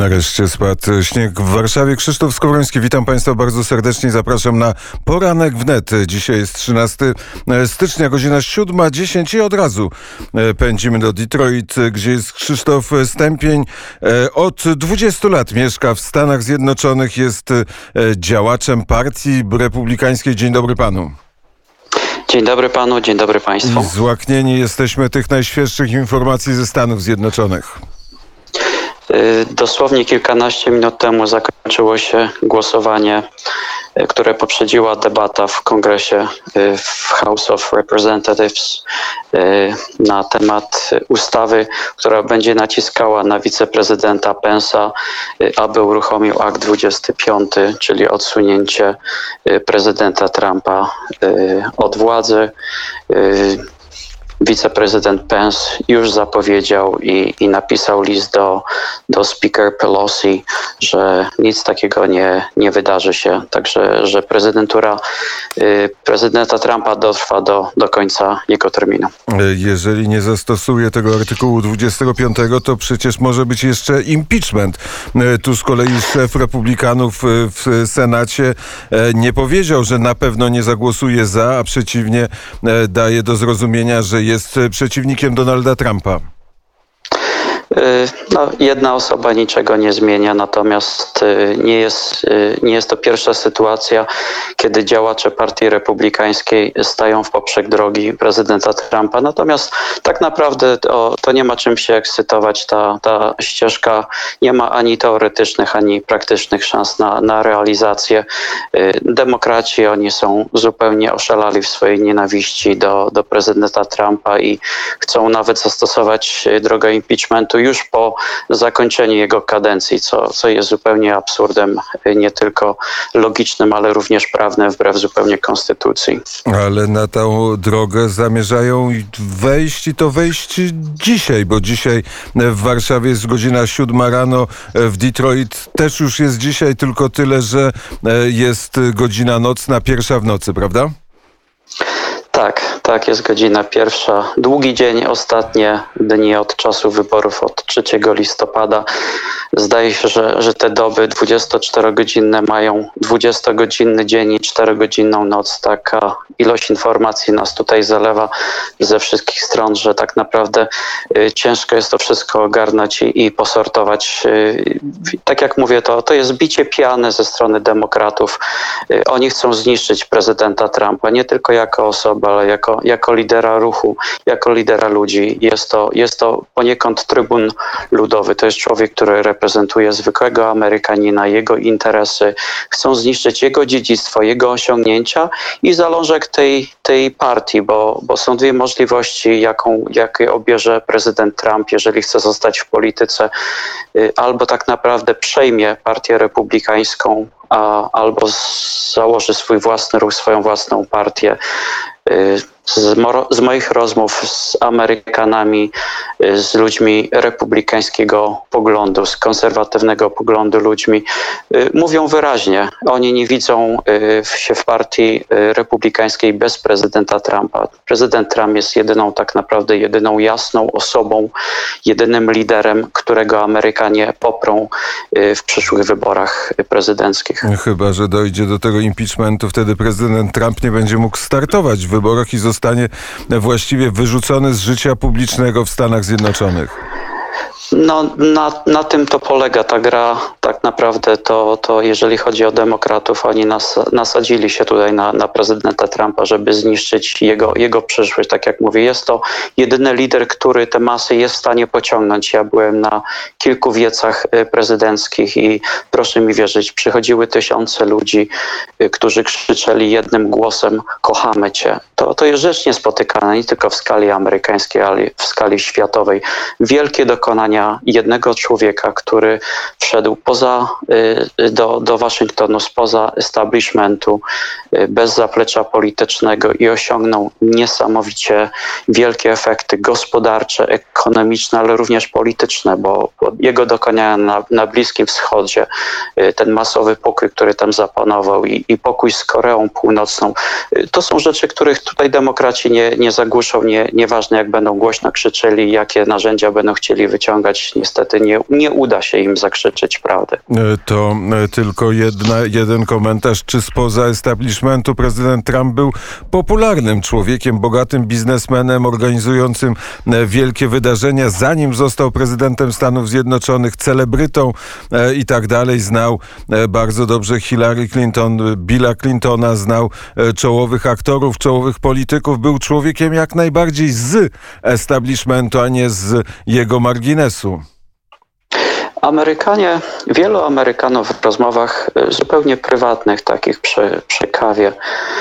Nareszcie spadł śnieg w Warszawie. Krzysztof Skowroński, witam Państwa bardzo serdecznie. Zapraszam na Poranek Wnet. Dzisiaj jest 13 stycznia, godzina 7:10 i od razu pędzimy do Detroit, gdzie jest Krzysztof Stępień. Od 20 lat mieszka w Stanach Zjednoczonych, jest działaczem partii republikańskiej. Dzień dobry panu. Dzień dobry panu, dzień dobry państwu. Złaknieni jesteśmy tych najświeższych informacji ze Stanów Zjednoczonych. Dosłownie kilkanaście minut temu zakończyło się głosowanie, które poprzedziła debata w Kongresie w House of Representatives na temat ustawy, która będzie naciskała na wiceprezydenta Pence'a, aby uruchomił akt 25, czyli odsunięcie prezydenta Trumpa od władzy. Wiceprezydent Pence już zapowiedział i napisał list do Speaker Pelosi, że nic takiego nie wydarzy się. Także, że prezydentura prezydenta Trumpa dotrwa do końca jego terminu. Jeżeli nie zastosuje tego artykułu 25, to przecież może być jeszcze impeachment. Tu z kolei szef republikanów w Senacie nie powiedział, że na pewno nie zagłosuje za, a przeciwnie daje do zrozumienia, że jest przeciwnikiem Donalda Trumpa. Jedna osoba niczego nie zmienia, natomiast nie jest to pierwsza sytuacja, kiedy działacze Partii Republikańskiej stają w poprzek drogi prezydenta Trumpa. Natomiast tak naprawdę to nie ma czym się ekscytować. Ta ścieżka nie ma ani teoretycznych, ani praktycznych szans na realizację. Demokraci, oni są zupełnie oszalali w swojej nienawiści do prezydenta Trumpa i chcą nawet zastosować drogę impeachmentu już po zakończeniu jego kadencji, co jest zupełnie absurdem, nie tylko logicznym, ale również prawnym, wbrew zupełnie konstytucji. Ale na tę drogę zamierzają wejść i to wejść dzisiaj, bo dzisiaj w Warszawie jest godzina 7 rano, w Detroit też już jest dzisiaj, tylko tyle, że jest godzina nocna, pierwsza w nocy, prawda? Tak, jest godzina pierwsza. Długi dzień, ostatnie dni od czasu wyborów, od 3 listopada. Zdaje się, że te doby 24-godzinne mają 20-godzinny dzień i 4-godzinną noc. Taka ilość informacji nas tutaj zalewa ze wszystkich stron, że tak naprawdę ciężko jest to wszystko ogarnąć i posortować. Tak jak mówię, to jest bicie piany ze strony demokratów. Oni chcą zniszczyć prezydenta Trumpa, nie tylko jako osobę, ale jako lidera ruchu, jako lidera ludzi. Jest to poniekąd trybun ludowy. To jest człowiek, który reprezentuje zwykłego Amerykanina, jego interesy. Chcą zniszczyć jego dziedzictwo, jego osiągnięcia i zalążek tej partii, bo są dwie możliwości, jakie obierze prezydent Trump, jeżeli chce zostać w polityce. Albo tak naprawdę przejmie partię republikańską, albo założy swój własny ruch, swoją własną partię. Z moich rozmów z Amerykanami, z ludźmi republikańskiego poglądu, z konserwatywnego poglądu ludźmi, mówią wyraźnie, oni nie widzą się w partii republikańskiej bez prezydenta Trumpa. Prezydent Trump jest tak naprawdę jedyną jasną osobą, jedynym liderem, którego Amerykanie poprą w przyszłych wyborach prezydenckich. Chyba że dojdzie do tego impeachmentu, wtedy prezydent Trump nie będzie mógł startować w wyborach i zostanie właściwie wyrzucony z życia publicznego w Stanach Zjednoczonych. Na tym to polega ta gra. Tak naprawdę to jeżeli chodzi o demokratów, oni nasadzili się tutaj na prezydenta Trumpa, żeby zniszczyć jego przyszłość. Tak jak mówię, jest to jedyny lider, który te masy jest w stanie pociągnąć. Ja byłem na kilku wiecach prezydenckich i proszę mi wierzyć, przychodziły tysiące ludzi, którzy krzyczeli jednym głosem: kochamy cię. To jest rzecz niespotykana nie tylko w skali amerykańskiej, ale w skali światowej. Wielkie dokonania jednego człowieka, który wszedł do Waszyngtonu, spoza establishmentu, bez zaplecza politycznego i osiągnął niesamowicie wielkie efekty gospodarcze, ekonomiczne, ale również polityczne, bo jego dokonania na Bliskim Wschodzie, ten masowy pokój, który tam zapanował i pokój z Koreą Północną, to są rzeczy, których tutaj demokraci nie zagłuszą, nieważne jak będą głośno krzyczeli, jakie narzędzia będą chcieli wyciągać, niestety nie uda się im zakrzyczeć prawdy. To tylko jeden komentarz. Czy spoza establishmentu prezydent Trump był popularnym człowiekiem, bogatym biznesmenem, organizującym wielkie wydarzenia, zanim został prezydentem Stanów Zjednoczonych, celebrytą i tak dalej. Znał bardzo dobrze Hillary Clinton, Billa Clintona, znał czołowych aktorów, czołowych polityków. Był człowiekiem jak najbardziej z establishmentu, a nie z jego marginesu. Wielu Amerykanów w rozmowach zupełnie prywatnych, takich przy kawie,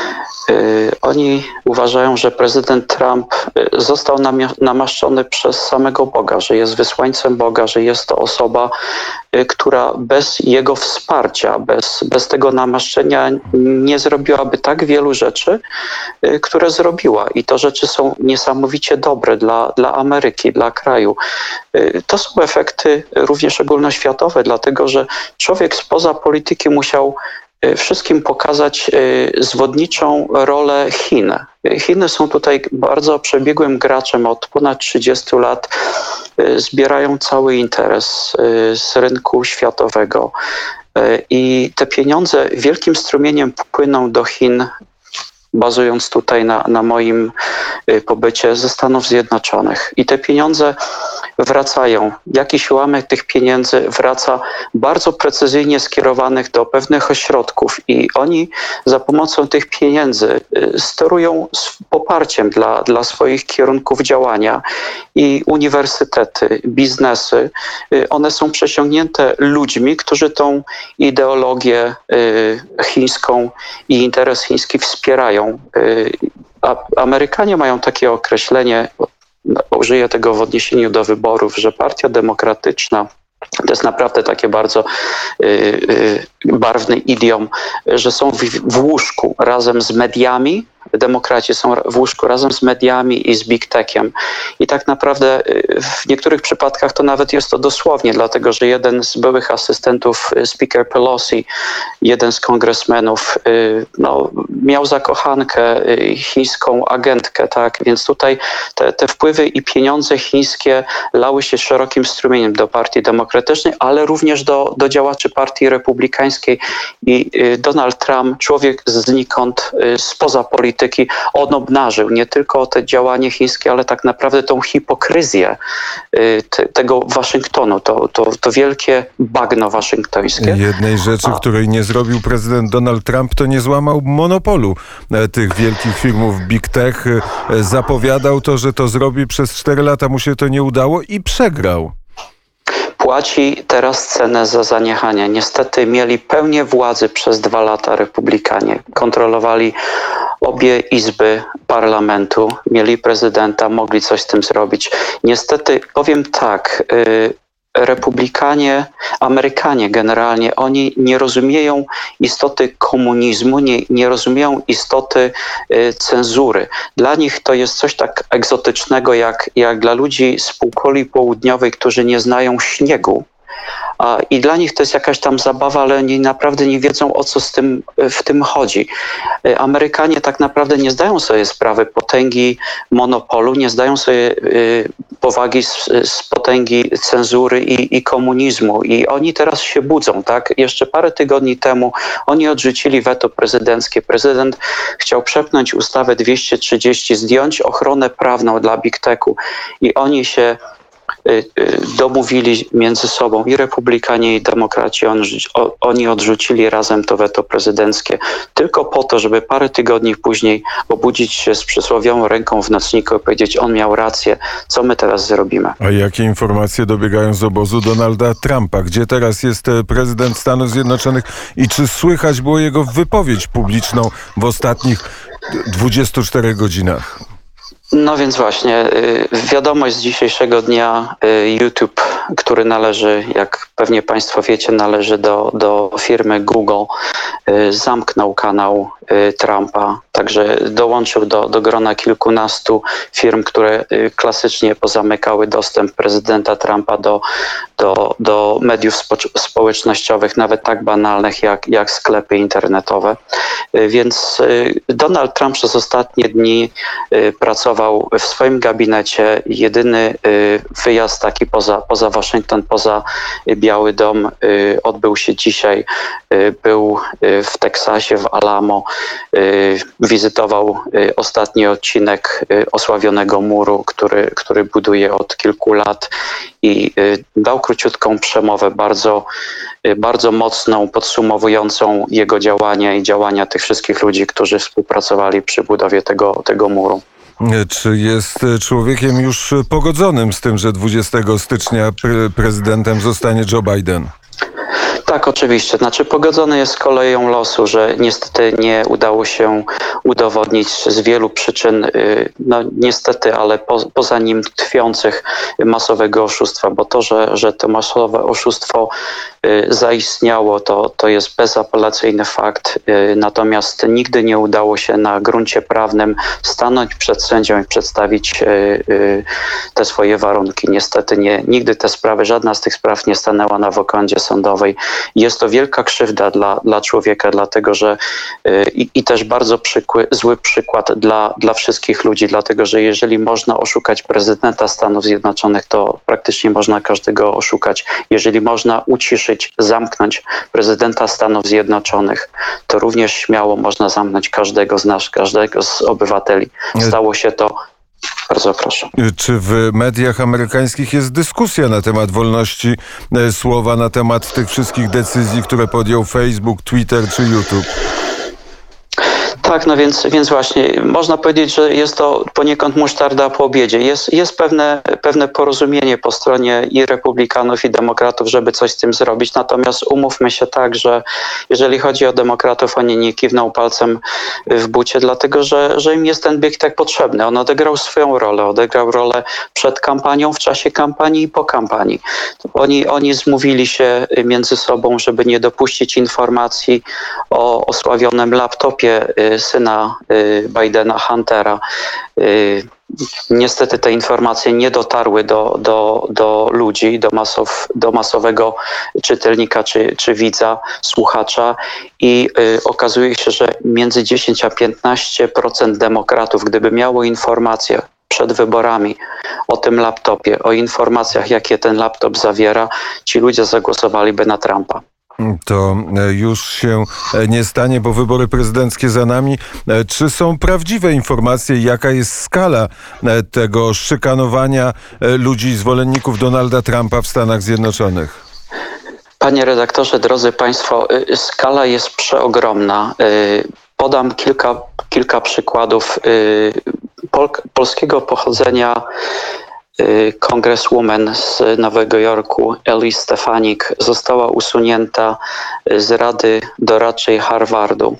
oni uważają, że prezydent Trump został namaszczony przez samego Boga, że jest wysłańcem Boga, że jest to osoba, która bez jego wsparcia, bez tego namaszczenia nie zrobiłaby tak wielu rzeczy, które zrobiła. I to rzeczy są niesamowicie dobre dla Ameryki, dla kraju. To są efekty również ogólnoświatowe, dlatego że człowiek spoza polityki musiał wszystkim pokazać zwodniczą rolę Chin. Chiny są tutaj bardzo przebiegłym graczem od ponad 30 lat. Zbierają cały interes z rynku światowego i te pieniądze wielkim strumieniem płyną do Chin, bazując tutaj na moim pobycie ze Stanów Zjednoczonych. I te pieniądze wracają. Jakiś ułamek tych pieniędzy wraca bardzo precyzyjnie skierowanych do pewnych ośrodków i oni za pomocą tych pieniędzy sterują z poparciem dla swoich kierunków działania i uniwersytety, biznesy. One są przesiągnięte ludźmi, którzy tą ideologię chińską i interes chiński wspierają. Amerykanie mają takie określenie, użyję tego w odniesieniu do wyborów, że Partia Demokratyczna to jest naprawdę takie bardzo barwny idiom, że są w łóżku razem z mediami. Demokraci są w łóżku razem z mediami i z Big Techiem. I tak naprawdę w niektórych przypadkach to nawet jest to dosłownie, dlatego że jeden z byłych asystentów Speaker Pelosi, jeden z kongresmenów, miał za kochankę chińską agentkę, tak? Więc tutaj te wpływy i pieniądze chińskie lały się szerokim strumieniem do Partii Demokratycznej, ale również do działaczy Partii Republikańskiej. I Donald Trump, człowiek znikąd, spoza polityki, on obnażył nie tylko te działanie chińskie, ale tak naprawdę tą hipokryzję tego Waszyngtonu, to wielkie bagno waszyngtońskie. Jednej rzeczy, której nie zrobił prezydent Donald Trump, to nie złamał monopolu tych wielkich firmów Big Tech. Zapowiadał to, że to zrobi, przez 4 lata mu się to nie udało i przegrał. Płaci teraz cenę za zaniechania. Niestety mieli pełnię władzy przez 2 lata republikanie. Kontrolowali obie izby parlamentu, mieli prezydenta, mogli coś z tym zrobić. Niestety, powiem tak, republikanie, Amerykanie generalnie, oni nie rozumieją istoty komunizmu, nie rozumieją istoty cenzury. Dla nich to jest coś tak egzotycznego, jak dla ludzi z półkuli południowej, którzy nie znają śniegu. I dla nich to jest jakaś tam zabawa, ale oni naprawdę nie wiedzą, o co w tym chodzi. Amerykanie tak naprawdę nie zdają sobie sprawy potęgi monopolu, nie zdają sobie powagi z potęgi cenzury i komunizmu. I oni teraz się budzą, tak? Jeszcze parę tygodni temu oni odrzucili weto prezydenckie. Prezydent chciał przepchnąć ustawę 230, zdjąć ochronę prawną dla Big Techu. I oni się domówili między sobą i republikanie, i demokraci. Oni odrzucili razem to weto prezydenckie tylko po to, żeby parę tygodni później obudzić się z przysłowiową ręką w nocniku i powiedzieć, on miał rację, co my teraz zrobimy. A jakie informacje dobiegają z obozu Donalda Trumpa? Gdzie teraz jest prezydent Stanów Zjednoczonych i czy słychać było jego wypowiedź publiczną w ostatnich 24 godzinach? No więc właśnie, wiadomość z dzisiejszego dnia, YouTube, który należy, jak pewnie Państwo wiecie, należy do firmy Google, zamknął kanał Trumpa, także dołączył do grona kilkunastu firm, które klasycznie pozamykały dostęp prezydenta Trumpa do mediów społecznościowych, nawet tak banalnych jak sklepy internetowe. Więc Donald Trump przez ostatnie dni pracował w swoim gabinecie. Jedyny wyjazd taki poza Waszyngton, poza Biały Dom odbył się dzisiaj. Był w Teksasie, w Alamo. Wizytował ostatni odcinek osławionego muru, który buduje od kilku lat i dał króciutką przemowę, bardzo mocną, podsumowującą jego działania i działania tych wszystkich ludzi, którzy współpracowali przy budowie tego muru. Czy jest człowiekiem już pogodzonym z tym, że 20 stycznia prezydentem zostanie Joe Biden? Tak, oczywiście. Znaczy pogodzony jest z koleją losu, że niestety nie udało się udowodnić z wielu przyczyn, no niestety, ale poza nim tkwiących masowego oszustwa, bo to, że to masowe oszustwo zaistniało, to jest bezapelacyjny fakt. Natomiast nigdy nie udało się na gruncie prawnym stanąć przed sędzią i przedstawić te swoje warunki. Niestety nigdy te sprawy, żadna z tych spraw nie stanęła na wokandzie sądowej. Jest to wielka krzywda dla człowieka, dlatego że i też bardzo zły przykład dla wszystkich ludzi, dlatego że jeżeli można oszukać prezydenta Stanów Zjednoczonych, to praktycznie można każdego oszukać. Jeżeli można uciszyć, zamknąć prezydenta Stanów Zjednoczonych, to również śmiało można zamknąć każdego z nas, każdego z obywateli. Stało się to. Bardzo proszę. Czy w mediach amerykańskich jest dyskusja na temat wolności słowa, na temat tych wszystkich decyzji, które podjął Facebook, Twitter czy YouTube? Tak, no więc właśnie można powiedzieć, że jest to poniekąd musztarda po obiedzie. Jest pewne porozumienie po stronie i republikanów, i demokratów, żeby coś z tym zrobić. Natomiast umówmy się tak, że jeżeli chodzi o demokratów, oni nie kiwną palcem w bucie, dlatego że im jest ten bieg tak potrzebny. On odegrał swoją rolę. Odegrał rolę przed kampanią, w czasie kampanii i po kampanii. Oni zmówili się między sobą, żeby nie dopuścić informacji o osławionym laptopie syna Bidena, Huntera. Niestety te informacje nie dotarły do ludzi, do masowego czytelnika czy widza, słuchacza i okazuje się, że między 10 a 15% demokratów, gdyby miało informacje przed wyborami o tym laptopie, o informacjach, jakie ten laptop zawiera, ci ludzie zagłosowaliby na Trumpa. To już się nie stanie, bo wybory prezydenckie za nami. Czy są prawdziwe informacje, jaka jest skala tego szykanowania ludzi, zwolenników Donalda Trumpa w Stanach Zjednoczonych? Panie redaktorze, drodzy Państwo, skala jest przeogromna. Podam kilka przykładów. Polskiego pochodzenia kongreswoman z Nowego Jorku, Elise Stefanik, została usunięta z Rady Doradczej Harvardu.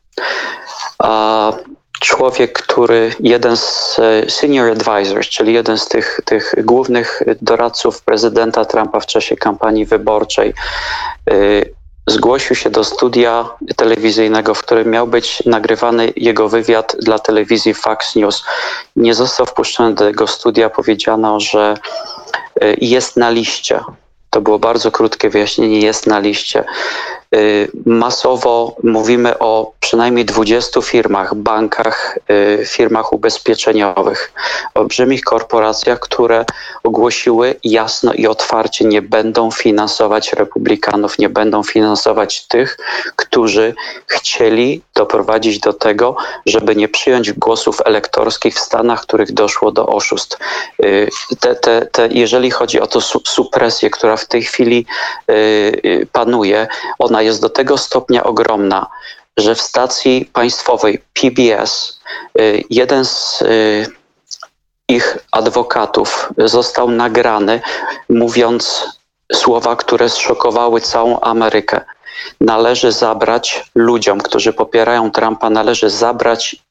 A człowiek, jeden z senior advisors, czyli jeden z tych głównych doradców prezydenta Trumpa w czasie kampanii wyborczej, zgłosił się do studia telewizyjnego, w którym miał być nagrywany jego wywiad dla telewizji Fox News. Nie został wpuszczony do tego studia. Powiedziano, że jest na liście. To było bardzo krótkie wyjaśnienie, jest na liście. Masowo mówimy o przynajmniej 20 firmach, bankach, firmach ubezpieczeniowych, olbrzymich korporacjach, które ogłosiły jasno i otwarcie, nie będą finansować republikanów, nie będą finansować tych, którzy chcieli doprowadzić do tego, żeby nie przyjąć głosów elektorskich w Stanach, w których doszło do oszustw. Jeżeli chodzi o tę supresję, która w tej chwili panuje, ona jest do tego stopnia ogromna, że w stacji państwowej PBS jeden z ich adwokatów został nagrany, mówiąc słowa, które zszokowały całą Amerykę. Należy zabrać ludziom, którzy popierają Trumpa, należy zabrać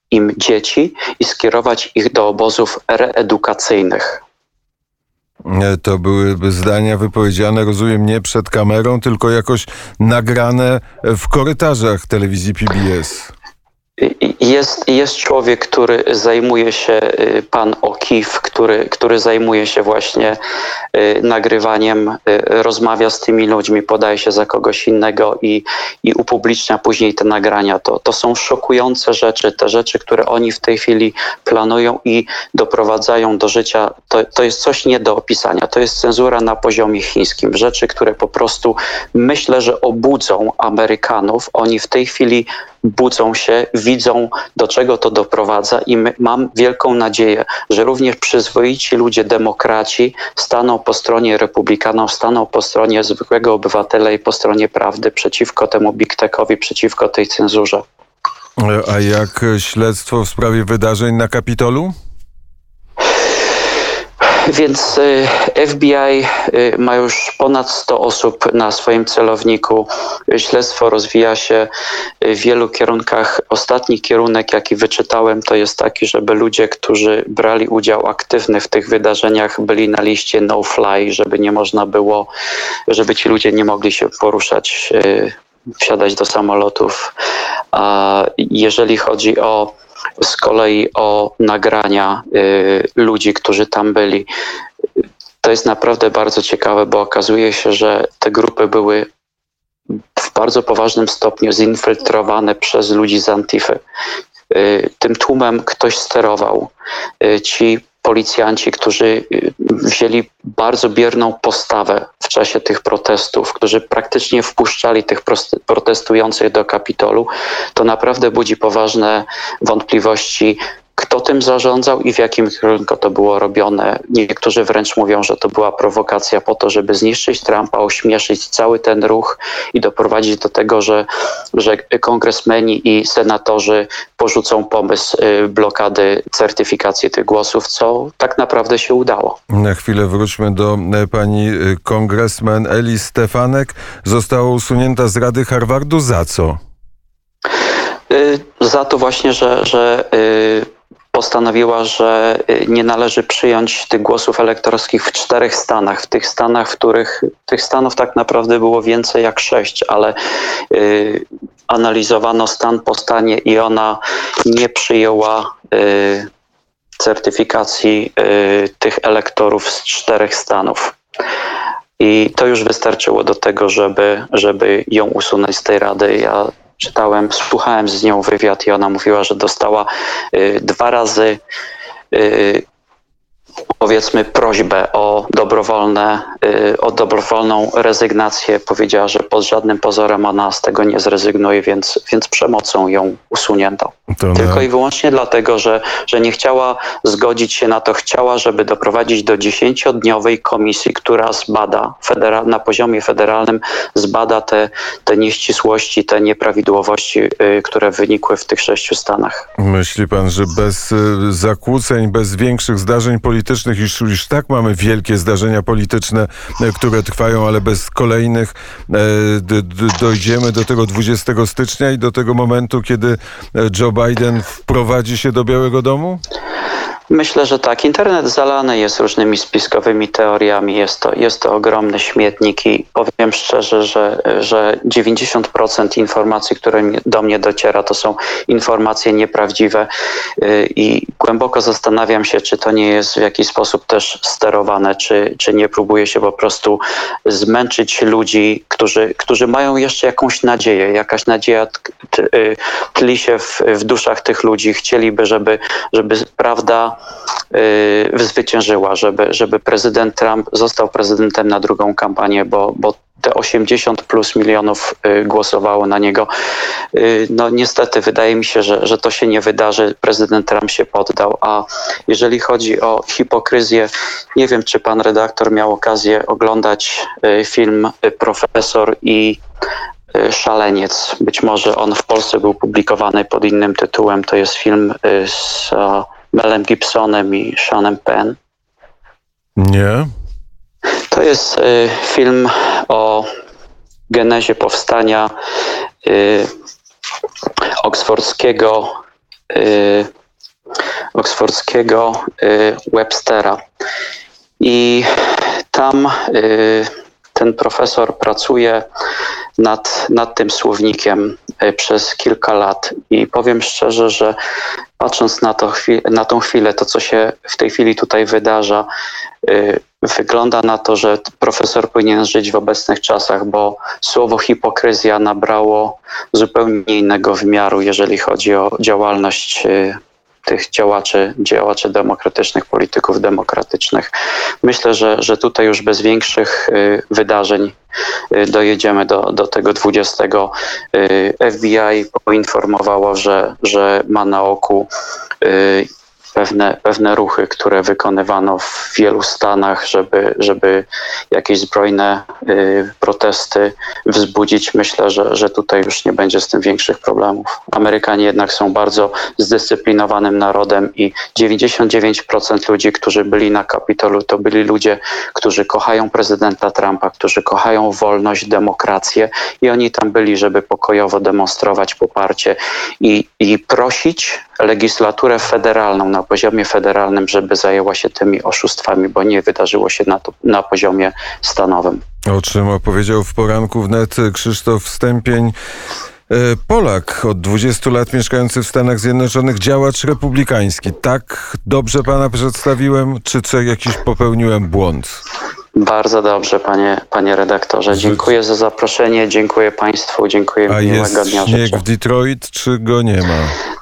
im dzieci i skierować ich do obozów reedukacyjnych. To były zdania wypowiedziane, rozumiem, nie przed kamerą, tylko jakoś nagrane w korytarzach telewizji PBS. Jest człowiek, który zajmuje się, pan O'Keefe, który zajmuje się właśnie nagrywaniem, rozmawia z tymi ludźmi, podaje się za kogoś innego i upublicznia później te nagrania. To są szokujące rzeczy, te rzeczy, które oni w tej chwili planują i doprowadzają do życia. To jest coś nie do opisania. To jest cenzura na poziomie chińskim. Rzeczy, które po prostu myślę, że obudzą Amerykanów. Oni w tej chwili budzą się, widzą, do czego to doprowadza i mam wielką nadzieję, że również przyzwoici ludzie, demokraci staną po stronie republikanów, staną po stronie zwykłego obywatela i po stronie prawdy przeciwko temu Big Techowi, przeciwko tej cenzurze. A jak śledztwo w sprawie wydarzeń na Kapitolu? Więc FBI ma już ponad 100 osób na swoim celowniku. Śledztwo rozwija się w wielu kierunkach. Ostatni kierunek, jaki wyczytałem, to jest taki, żeby ludzie, którzy brali udział aktywny w tych wydarzeniach, byli na liście no-fly, żeby nie można było, żeby ci ludzie nie mogli się poruszać, wsiadać do samolotów. A jeżeli chodzi z kolei o nagrania ludzi, którzy tam byli. To jest naprawdę bardzo ciekawe, bo okazuje się, że te grupy były w bardzo poważnym stopniu zinfiltrowane przez ludzi z Antify. Tym tłumem ktoś sterował. Ci policjanci, którzy wzięli bardzo bierną postawę w czasie tych protestów, którzy praktycznie wpuszczali tych protestujących do Kapitolu, to naprawdę budzi poważne wątpliwości, kto tym zarządzał i w jakim kierunku to było robione. Niektórzy wręcz mówią, że to była prowokacja po to, żeby zniszczyć Trumpa, ośmieszyć cały ten ruch i doprowadzić do tego, że kongresmeni i senatorzy porzucą pomysł blokady certyfikacji tych głosów, co tak naprawdę się udało. Na chwilę wróćmy do pani kongresmen Eli Stefanek. Została usunięta z Rady Harvardu za co? Za to właśnie, że postanowiła, że nie należy przyjąć tych głosów elektorskich w 4 stanach. W tych stanach, tych stanów tak naprawdę było więcej jak 6, ale analizowano stan po stanie i ona nie przyjęła certyfikacji tych elektorów z 4 stanów. I to już wystarczyło do tego, żeby ją usunąć z tej rady. Ja słuchałem z nią wywiad i ona mówiła, że dostała 2 razy powiedzmy prośbę o dobrowolną rezygnację. Powiedziała, że pod żadnym pozorem ona z tego nie zrezygnuje, więc przemocą ją usunięto. Tylko i wyłącznie dlatego, że nie chciała zgodzić się na to. Chciała, żeby doprowadzić do 10-dniowej komisji, która zbada na poziomie federalnym zbada te nieścisłości, te nieprawidłowości, które wynikły w tych 6 stanach. Myśli pan, że bez zakłóceń, bez większych zdarzeń politycznych, już tak mamy wielkie zdarzenia polityczne, które trwają, ale bez kolejnych dojdziemy do tego 20 stycznia i do tego momentu, kiedy Joe Biden wprowadzi się do Białego Domu? Myślę, że tak. Internet zalany jest różnymi spiskowymi teoriami. Jest to ogromny śmietnik i powiem szczerze, że 90% informacji, które do mnie dociera, to są informacje nieprawdziwe i głęboko zastanawiam się, czy to nie jest w jakiś sposób też sterowane, czy nie próbuje się po prostu zmęczyć ludzi, którzy mają jeszcze jakąś nadzieję. Jakaś nadzieja tli się w duszach tych ludzi. Chcieliby, żeby prawda zwyciężyła, żeby prezydent Trump został prezydentem na drugą kampanię, bo te 80+ milionów głosowało na niego. No niestety wydaje mi się, że to się nie wydarzy. Prezydent Trump się poddał. A jeżeli chodzi o hipokryzję, nie wiem, czy pan redaktor miał okazję oglądać film Profesor i Szaleniec. Być może on w Polsce był publikowany pod innym tytułem. To jest film z Melem Gibsonem i Seanem Penn. Nie. To jest film o genezie powstania oksfordzkiego Webstera. I tam ten profesor pracuje nad tym słownikiem przez kilka lat i powiem szczerze, że patrząc na tą chwilę, to co się w tej chwili tutaj wydarza, wygląda na to, że profesor powinien żyć w obecnych czasach, bo słowo hipokryzja nabrało zupełnie innego wymiaru, jeżeli chodzi o działalność tych działaczy demokratycznych, polityków demokratycznych. Myślę, że tutaj już bez większych wydarzeń dojedziemy do tego 20. FBI poinformowało, że ma na oku pewne ruchy, które wykonywano w wielu stanach, żeby jakieś zbrojne protesty wzbudzić. Myślę, że tutaj już nie będzie z tym większych problemów. Amerykanie jednak są bardzo zdyscyplinowanym narodem i 99% ludzi, którzy byli na Kapitolu, to byli ludzie, którzy kochają prezydenta Trumpa, którzy kochają wolność, demokrację i oni tam byli, żeby pokojowo demonstrować poparcie i prosić legislaturę federalną na poziomie federalnym, żeby zajęła się tymi oszustwami, bo nie wydarzyło się na poziomie stanowym. O czym opowiedział w poranku wnet Krzysztof Stępień, Polak od 20 lat mieszkający w Stanach Zjednoczonych, działacz republikański. Tak dobrze pana przedstawiłem, czy jakiś popełniłem błąd? Bardzo dobrze, panie redaktorze. Dziękuję za zaproszenie, dziękuję państwu, dziękuję. Miłego dnia. A jest śnieg w Detroit, czy go nie ma?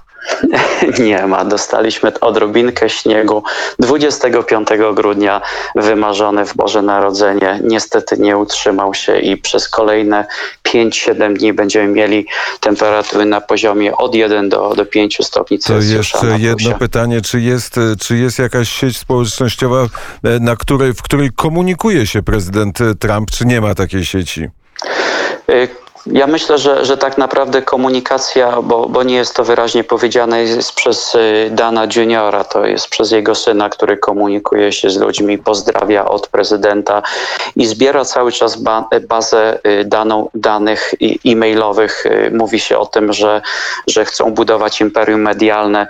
Nie ma. Dostaliśmy odrobinkę śniegu 25 grudnia, wymarzony w Boże Narodzenie. Niestety nie utrzymał się i przez kolejne 5-7 dni będziemy mieli temperatury na poziomie od 1 do 5 stopni Celsjusza. To jeszcze jedno pytanie. Czy jest jakaś sieć społecznościowa, w której komunikuje się prezydent Trump, czy nie ma takiej sieci? Ja myślę, że tak naprawdę komunikacja, bo nie jest to wyraźnie powiedziane, jest przez Dana Juniora, to jest przez jego syna, który komunikuje się z ludźmi, pozdrawia od prezydenta i zbiera cały czas bazę danych e-mailowych. Mówi się o tym, że chcą budować imperium medialne.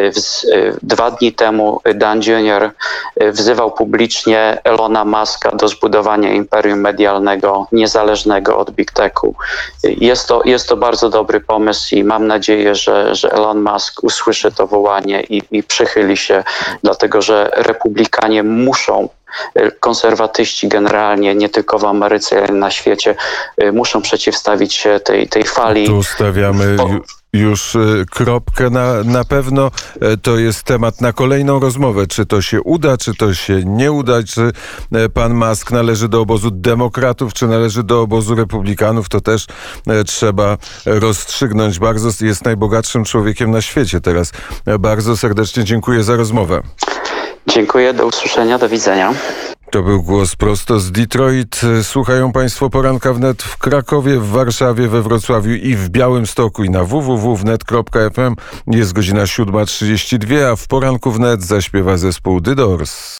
2 dni temu Dan Junior wzywał publicznie Elona Muska do zbudowania imperium medialnego niezależnego od Big Techu. Jest to bardzo dobry pomysł i mam nadzieję, że Elon Musk usłyszy to wołanie i przychyli się, dlatego że republikanie muszą, konserwatyści generalnie, nie tylko w Ameryce, ale na świecie, muszą przeciwstawić się tej fali. Tu stawiamy już kropkę. Na pewno to jest temat na kolejną rozmowę. Czy to się uda, czy to się nie uda, czy pan Musk należy do obozu demokratów, czy należy do obozu republikanów, to też trzeba rozstrzygnąć. Jest najbogatszym człowiekiem na świecie teraz. Bardzo serdecznie dziękuję za rozmowę. Dziękuję, do usłyszenia, do widzenia. To był głos prosto z Detroit. Słuchają państwo Poranka Wnet w Krakowie, w Warszawie, we Wrocławiu i w Białymstoku i na www.wnet.fm. Jest godzina 7:32, a w Poranku Wnet zaśpiewa zespół The Doors.